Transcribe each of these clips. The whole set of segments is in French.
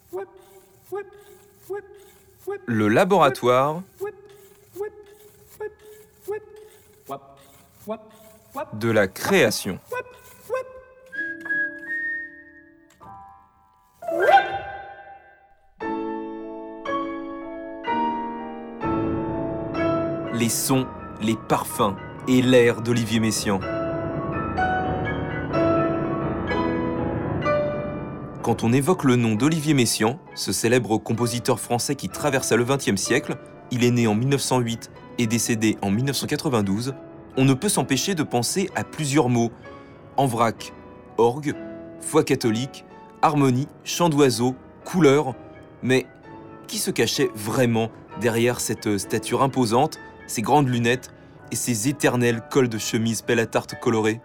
Le laboratoire de la création. Les sons, les parfums et l'air d'Olivier Messiaen. Quand on évoque le nom d'Olivier Messiaen, ce célèbre compositeur français qui traversa le XXe siècle, il est né en 1908 et décédé en 1992, on ne peut s'empêcher de penser à plusieurs mots. En vrac, orgue, foi catholique, harmonie, chant d'oiseau, couleur. Mais qui se cachait vraiment derrière cette stature imposante, ces grandes lunettes et ces éternels cols de chemise pelle à tarte colorés?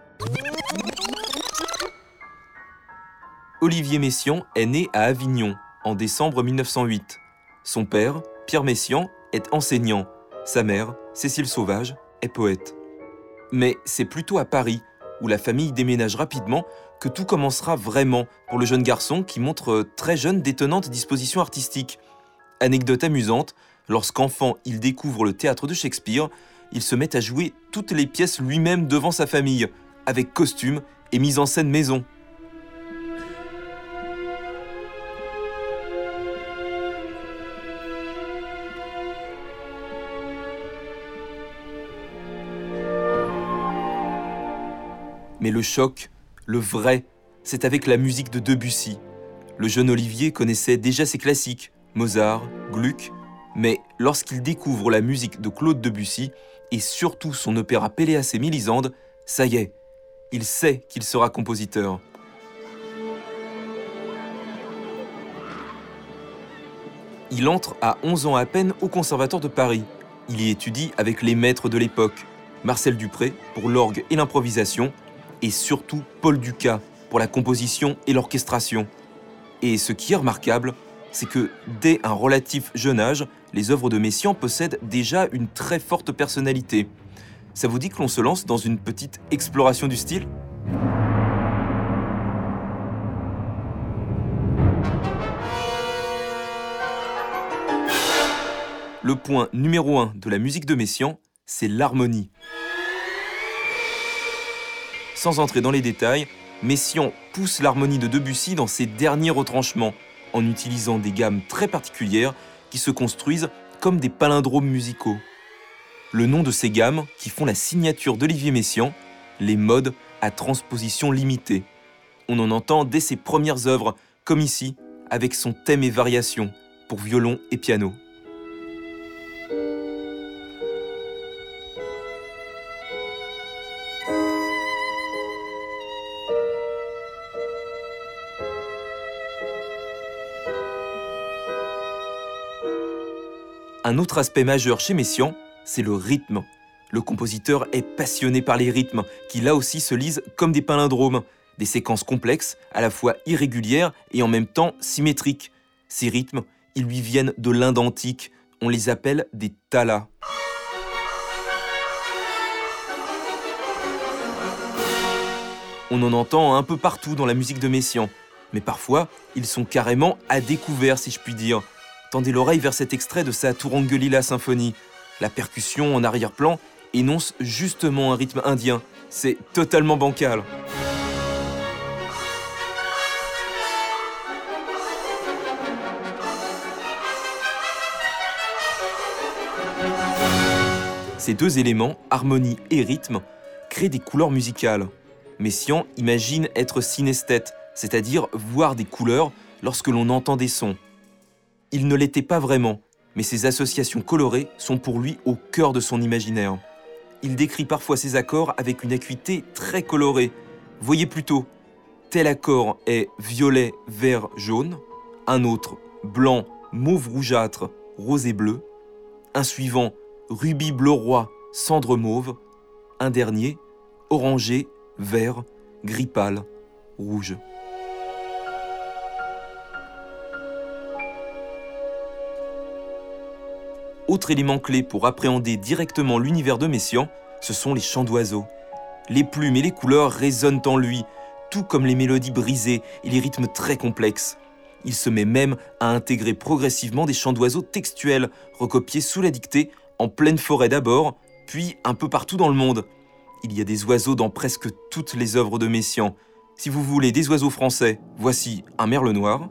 Olivier Messiaen est né à Avignon en décembre 1908. Son père, Pierre Messiaen, est enseignant. Sa mère, Cécile Sauvage, est poète. Mais c'est plutôt à Paris, où la famille déménage rapidement, que tout commencera vraiment pour le jeune garçon qui montre très jeune d'étonnantes dispositions artistiques. Anecdote amusante, lorsqu'enfant il découvre le théâtre de Shakespeare, il se met à jouer toutes les pièces lui-même devant sa famille, avec costume et mise en scène maison. Mais le choc, le vrai, c'est avec la musique de Debussy. Le jeune Olivier connaissait déjà ses classiques, Mozart, Gluck, mais lorsqu'il découvre la musique de Claude Debussy, et surtout son opéra Péléas et Mélisande, ça y est, il sait qu'il sera compositeur. Il entre à 11 ans à peine au Conservatoire de Paris. Il y étudie avec les maîtres de l'époque, Marcel Dupré pour l'orgue et l'improvisation, et surtout Paul Dukas pour la composition et l'orchestration. Et ce qui est remarquable, c'est que dès un relatif jeune âge, les œuvres de Messiaen possèdent déjà une très forte personnalité. Ça vous dit que l'on se lance dans une petite exploration du style ? Le point numéro 1 de la musique de Messiaen, c'est l'harmonie. Sans entrer dans les détails, Messiaen pousse l'harmonie de Debussy dans ses derniers retranchements, en utilisant des gammes très particulières qui se construisent comme des palindromes musicaux. Le nom de ces gammes qui font la signature d'Olivier Messiaen, les modes à transposition limitée. On en entend dès ses premières œuvres, comme ici, avec son thème et variations, pour violon et piano. Un autre aspect majeur chez Messiaen, c'est le rythme. Le compositeur est passionné par les rythmes, qui là aussi se lisent comme des palindromes, des séquences complexes, à la fois irrégulières et en même temps symétriques. Ces rythmes, ils lui viennent de l'Inde antique, on les appelle des talas. On en entend un peu partout dans la musique de Messiaen, mais parfois, ils sont carrément à découvert, si je puis dire. Tendez l'oreille vers cet extrait de sa Turanga symphonie. La percussion en arrière-plan énonce justement un rythme indien. C'est totalement bancal. Ces deux éléments, harmonie et rythme, créent des couleurs musicales. Messiaen imagine être synesthète, c'est-à-dire voir des couleurs lorsque l'on entend des sons. Il ne l'était pas vraiment, mais ces associations colorées sont pour lui au cœur de son imaginaire. Il décrit parfois ses accords avec une acuité très colorée. Voyez plutôt, tel accord est violet, vert, jaune, un autre blanc, mauve rougeâtre, rose et bleu, un suivant rubis bleu roi, cendre mauve, un dernier orangé, vert, gris pâle, rouge. Autre élément clé pour appréhender directement l'univers de Messiaen, ce sont les chants d'oiseaux. Les plumes et les couleurs résonnent en lui, tout comme les mélodies brisées et les rythmes très complexes. Il se met même à intégrer progressivement des chants d'oiseaux textuels, recopiés sous la dictée, en pleine forêt d'abord, puis un peu partout dans le monde. Il y a des oiseaux dans presque toutes les œuvres de Messiaen. Si vous voulez des oiseaux français, voici un merle noir.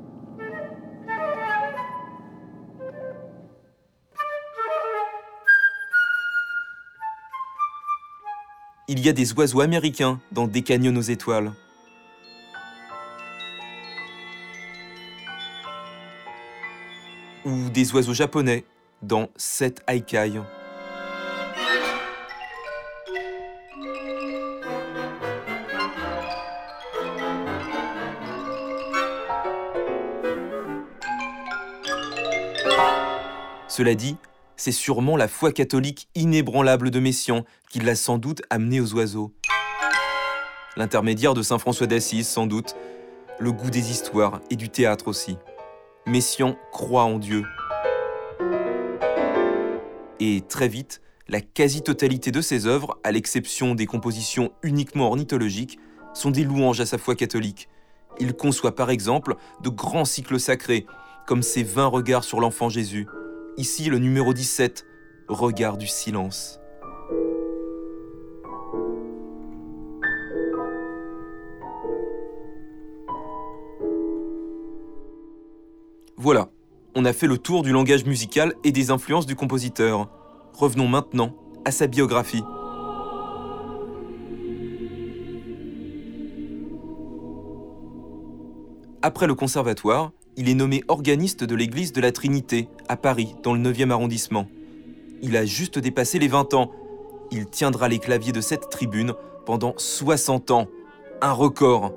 Il y a des oiseaux américains dans Des canyons aux étoiles. Ou des oiseaux japonais dans Sept Haikai. Cela dit, c'est sûrement la foi catholique inébranlable de Messiaen qui l'a sans doute amené aux oiseaux. L'intermédiaire de saint François d'Assise, sans doute, le goût des histoires et du théâtre aussi. Messiaen croit en Dieu. Et très vite, la quasi-totalité de ses œuvres, à l'exception des compositions uniquement ornithologiques, sont des louanges à sa foi catholique. Il conçoit par exemple de grands cycles sacrés, comme ses 20 regards sur l'enfant Jésus. Ici, le numéro 17, Regard du silence. Voilà, on a fait le tour du langage musical et des influences du compositeur. Revenons maintenant à sa biographie. Après le conservatoire, il est nommé organiste de l'église de la Trinité, à Paris, dans le 9e arrondissement. Il a juste dépassé les 20 ans. Il tiendra les claviers de cette tribune pendant 60 ans. Un record.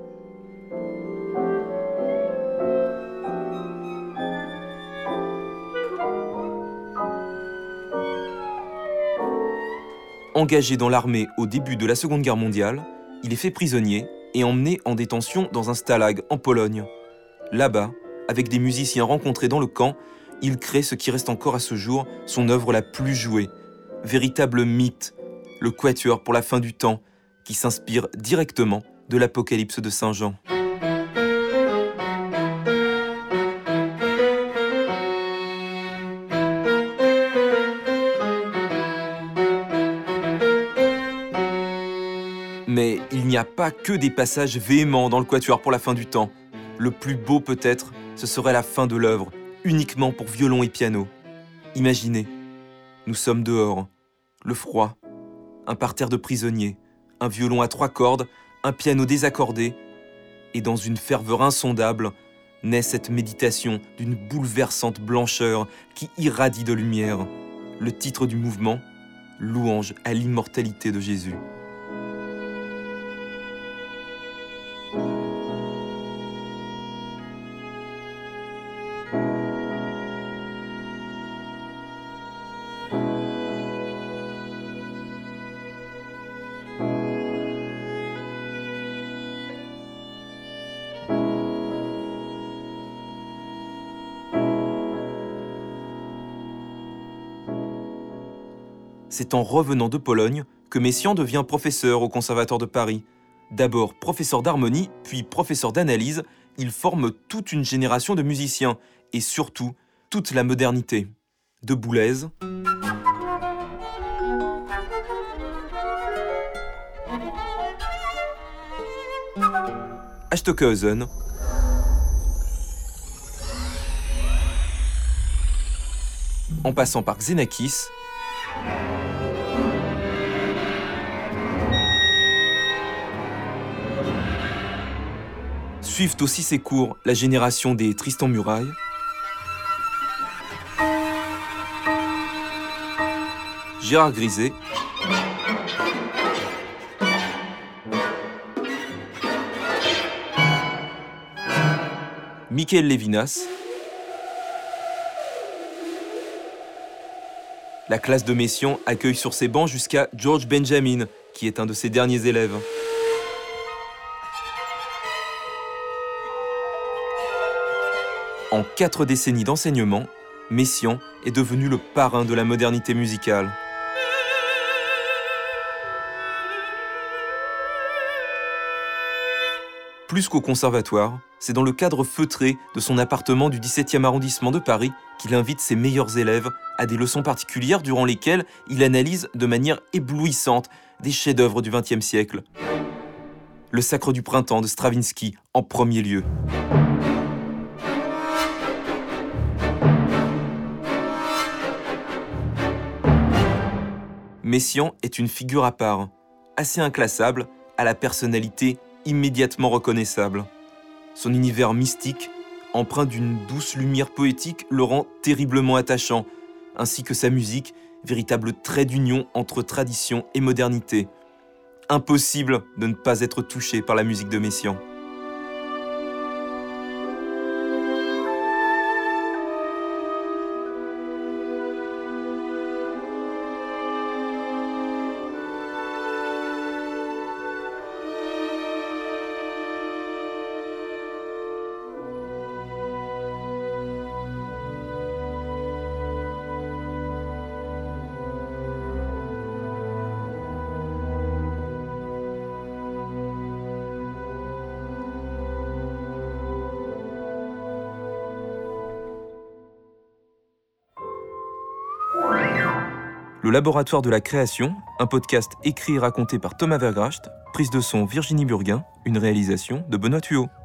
Engagé dans l'armée au début de la Seconde Guerre mondiale, il est fait prisonnier et emmené en détention dans un stalag en Pologne. Là-bas, avec des musiciens rencontrés dans le camp, il crée ce qui reste encore à ce jour son œuvre la plus jouée. Véritable mythe, le Quatuor pour la fin du temps, qui s'inspire directement de l'Apocalypse de Saint Jean. Mais il n'y a pas que des passages véhéments dans le Quatuor pour la fin du temps. Le plus beau peut-être, ce serait la fin de l'œuvre, uniquement pour violon et piano. Imaginez, nous sommes dehors, le froid, un parterre de prisonniers, un violon à 3 cordes, un piano désaccordé, et dans une ferveur insondable, naît cette méditation d'une bouleversante blancheur qui irradie de lumière. Le titre du mouvement, Louange à l'immortalité de Jésus. C'est en revenant de Pologne que Messiaen devient professeur au Conservatoire de Paris. D'abord professeur d'harmonie, puis professeur d'analyse, il forme toute une génération de musiciens et surtout toute la modernité. De Boulez à Stockhausen, en passant par Xenakis, suivent aussi ses cours la génération des Tristan Muraille, Gérard Griset, Michael Levinas, la classe de Messiaen accueille sur ses bancs jusqu'à George Benjamin, qui est un de ses derniers élèves. En 4 décennies d'enseignement, Messiaen est devenu le parrain de la modernité musicale. Plus qu'au conservatoire, c'est dans le cadre feutré de son appartement du 17e arrondissement de Paris qu'il invite ses meilleurs élèves à des leçons particulières durant lesquelles il analyse de manière éblouissante des chefs-d'œuvre du XXe siècle. Le Sacre du printemps de Stravinsky en premier lieu. Messiaen est une figure à part, assez inclassable, à la personnalité immédiatement reconnaissable. Son univers mystique, empreint d'une douce lumière poétique, le rend terriblement attachant, ainsi que sa musique, véritable trait d'union entre tradition et modernité. Impossible de ne pas être touché par la musique de Messiaen. Le Laboratoire de la Création, un podcast écrit et raconté par Thomas Vergracht, prise de son Virginie Burguin, une réalisation de Benoît Thuot.